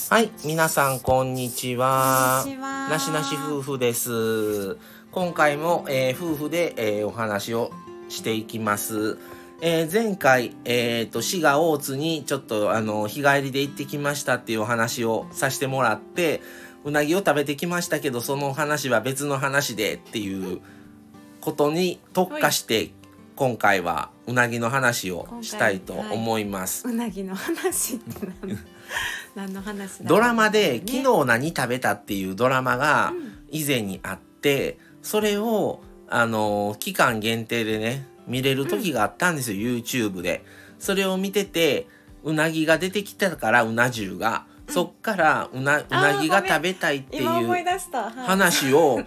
はい、皆さんこんにちは。 こんにちは。 なしなし夫婦です。今回も、夫婦で、お話をしていきます。前回、滋賀大津にちょっと日帰りで行ってきましたっていうお話をさせてもらって、うなぎを食べてきましたけど、その話は別の話でっていうことに特化して、今回はうなぎの話をしたいと思います。 うなぎの話って何の話だろう。 ドラマで昨日何食べたっていうドラマが以前にあって、それを期間限定でね見れる時があったんですよ、YouTube で。それを見てて、うなぎが出てきたから、うな重が、そっからうなぎが食べたいっていう話を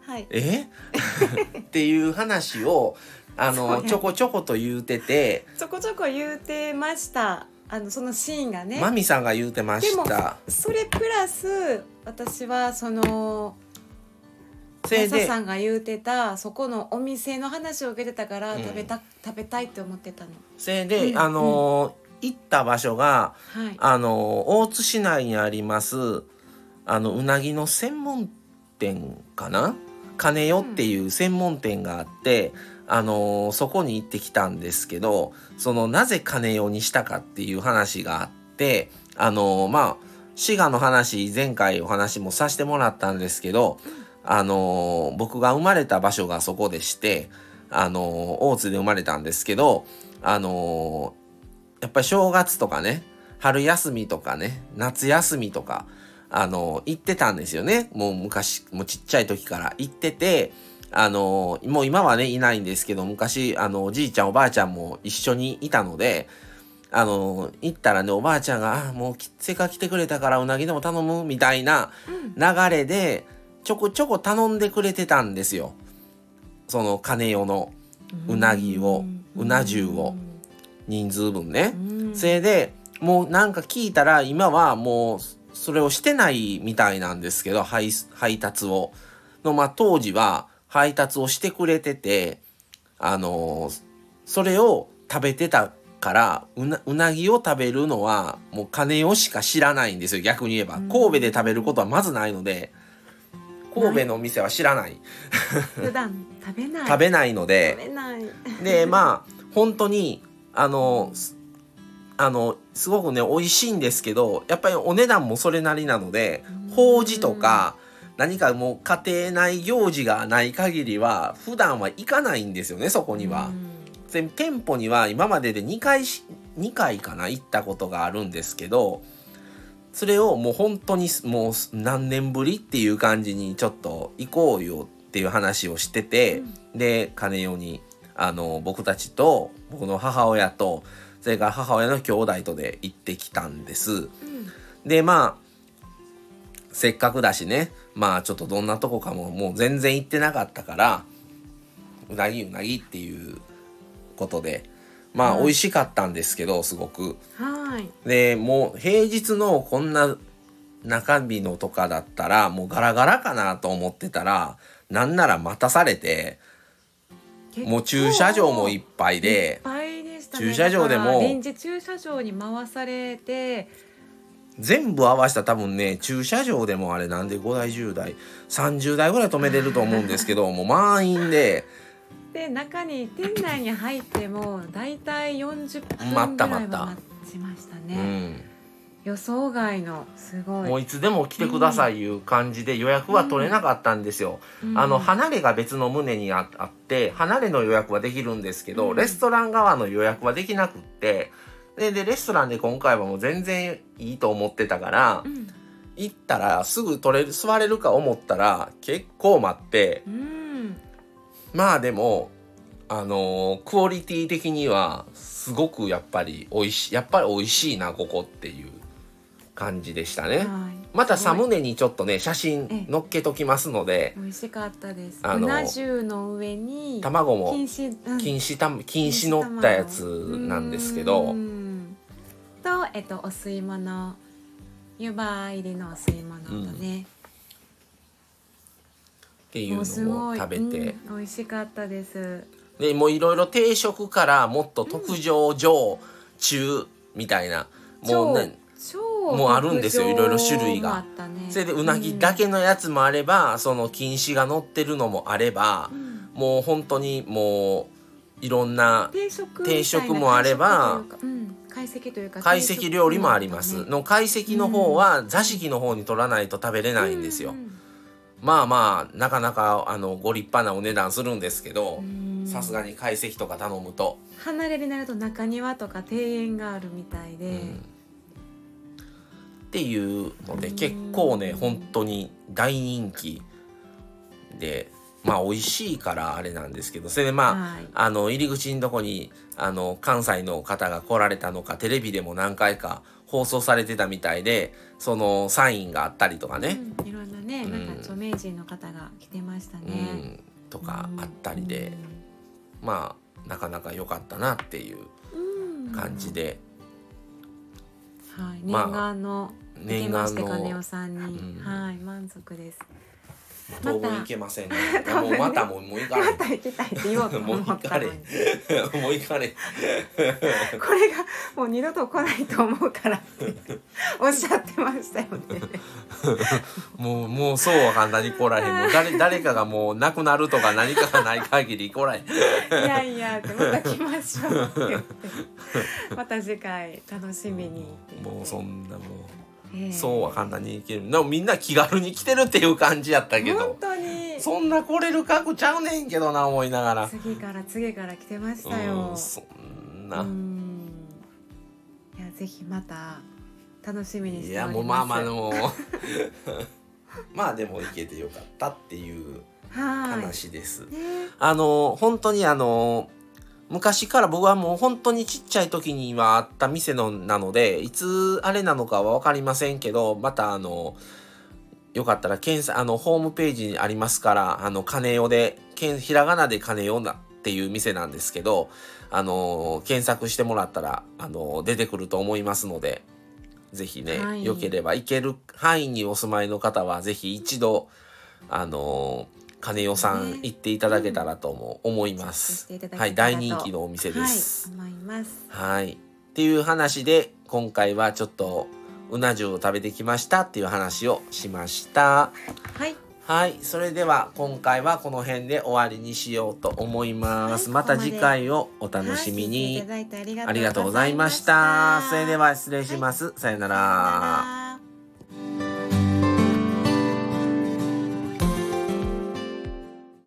っていう話をちょこちょこと言うてて、 ちょこちょこ言うてました。そのシーンがね、 マミさんが言うてました。 でもそれプラス私はそのマサさんが言うてたそこのお店の話を受けてたから、食べたいって思ってたの。 それで、行った場所が、大津市内にありますうなぎの専門店かな、金代っていう専門店があって、そこに行ってきたんですけど、なぜ金代にしたかっていう話があって、滋賀の話前回お話もさせてもらったんですけど、僕が生まれた場所がそこでして、大津で生まれたんですけど、やっぱり正月とかね、春休みとかね、夏休みとか行ってたんですよね。もう昔、もうちっちゃい時から行ってて、もう今はねいないんですけど、昔おじいちゃんおばあちゃんも一緒にいたので、行ったらね、おばあちゃんがもうせっかく来てくれたからうなぎでも頼むみたいな流れでちょこちょこ頼んでくれてたんですよ。その金代のうなぎを、うな重を人数分ね。それでもうなんか聞いたら今はもうそれをしてないみたいなんですけど、配達をの、当時は配達をしてくれてて、それを食べてたから、うなぎを食べるのはもう金代しか知らないんですよ。逆に言えば神戸で食べることはまずないので、神戸のお店は知らない普段食べないので、で本当にすごくね美味しいんですけど、やっぱりお値段もそれなりなので、法事とか何かもう家庭内行事がない限りは普段は行かないんですよね、そこには。店舗には今までで2回かな行ったことがあるんですけど、それをもう本当にもう何年ぶりっていう感じにちょっと行こうよっていう話をしてて、で金代に僕たちと僕の母親とそれから母親の兄弟とで行ってきたんです。でせっかくだしね、ちょっとどんなとこかもう全然行ってなかったから、うなぎっていうことで美味しかったんですけど、すごく。でもう平日のこんな中日のとかだったらもうガラガラかなと思ってたら、なんなら待たされて、もう駐車場もいっぱいで、駐車場でも臨時駐車場に回されて、 全部合わせたら多分ね、駐車場でもあれなんで5台10台30台ぐらい止めれると思うんですけどもう満員で、 中に店内に入ってもだいたい40分ぐらいは待ちましたね。予想外のすごい、 もういつでも来てくださいいう感じで予約は取れなかったんですよ。離れが別の棟にあって離れの予約はできるんですけど、レストラン側の予約はできなくって、でレストランで今回はもう全然いいと思ってたから、行ったらすぐ座れるか思ったら結構待って、でもクオリティ的にはすごくやっぱり美味しいなここっていう感じでしたね。またサムネにちょっとね写真載っけときますので。 美味しかったです。うな重の上に卵も錦糸乗ったやつなんですけど、 とお吸い物、湯葉入りのお吸い物とね、 っていうのを食べて、 美味しかったです。 でもういろいろ定食からもっと特上、上、中みたいな、もうね超もうあるんですよ、いろいろ種類が。 ね、 それでうなぎだけのやつもあれば、その菌糸が乗ってるのもあれば、もう本当にもういろんな定食もあれば、 懐石というか懐石料理もあります。の懐石の方は座敷の方に取らないと食べれないんですよ。まあまあなかなかご立派なお値段するんですけど、さすがに懐石とか頼むと離れになると中庭とか庭園があるみたいで、 っていうので結構ね本当に大人気で、まあ美味しいからあれなんですけど、それでまあ、入り口のとこに関西の方が来られたのか、テレビでも何回か放送されてたみたいで、そのサインがあったりとかね、 いろんなね、なんか著名人の方が来てましたね、 とかあったりで、まあなかなか良かったなっていう感じで、 念願の念願の金代さんに、満足です。 当分行けませんね。もうまたもう行かれ。 また行きたいって言おうと思ったのに。 もう行かれ。これがもう二度と来ないと思うからっておっしゃってましたよね。 もうそうは簡単に来らへん。もう誰かがもう亡くなるとか何かがない限り来らへん。いやいやってまた来ましょうって言って、また次回楽しみに。 もうそんなもう。そうは簡単に行ける。でもみんな気軽に来てるっていう感じやったけど、 本当にそんな来れる額ちゃうねんけどな思いながら、 次から来てましたよ。 そんな、 いやぜひまた楽しみにしております。いやもうまあまあまあでも行けてよかったっていう話です。本当に昔から僕はもう本当にちっちゃい時にはあった店なので、いつあれなのかは分かりませんけど、またよかったらホームページにありますから、金代でひらがなで金代なっていう店なんですけど、検索してもらったら出てくると思いますので、ぜひね、よければ行ける範囲にお住まいの方はぜひ一度金代さん行っていただけたらと思います。はい、大人気のお店です。 思います。 はい、っていう話で今回はちょっとうな重を食べてきましたっていう話をしました。はい、それでは今回はこの辺で終わりにしようと思います。また次回をお楽しみに。ありがとうございました。それでは失礼します。さよなら。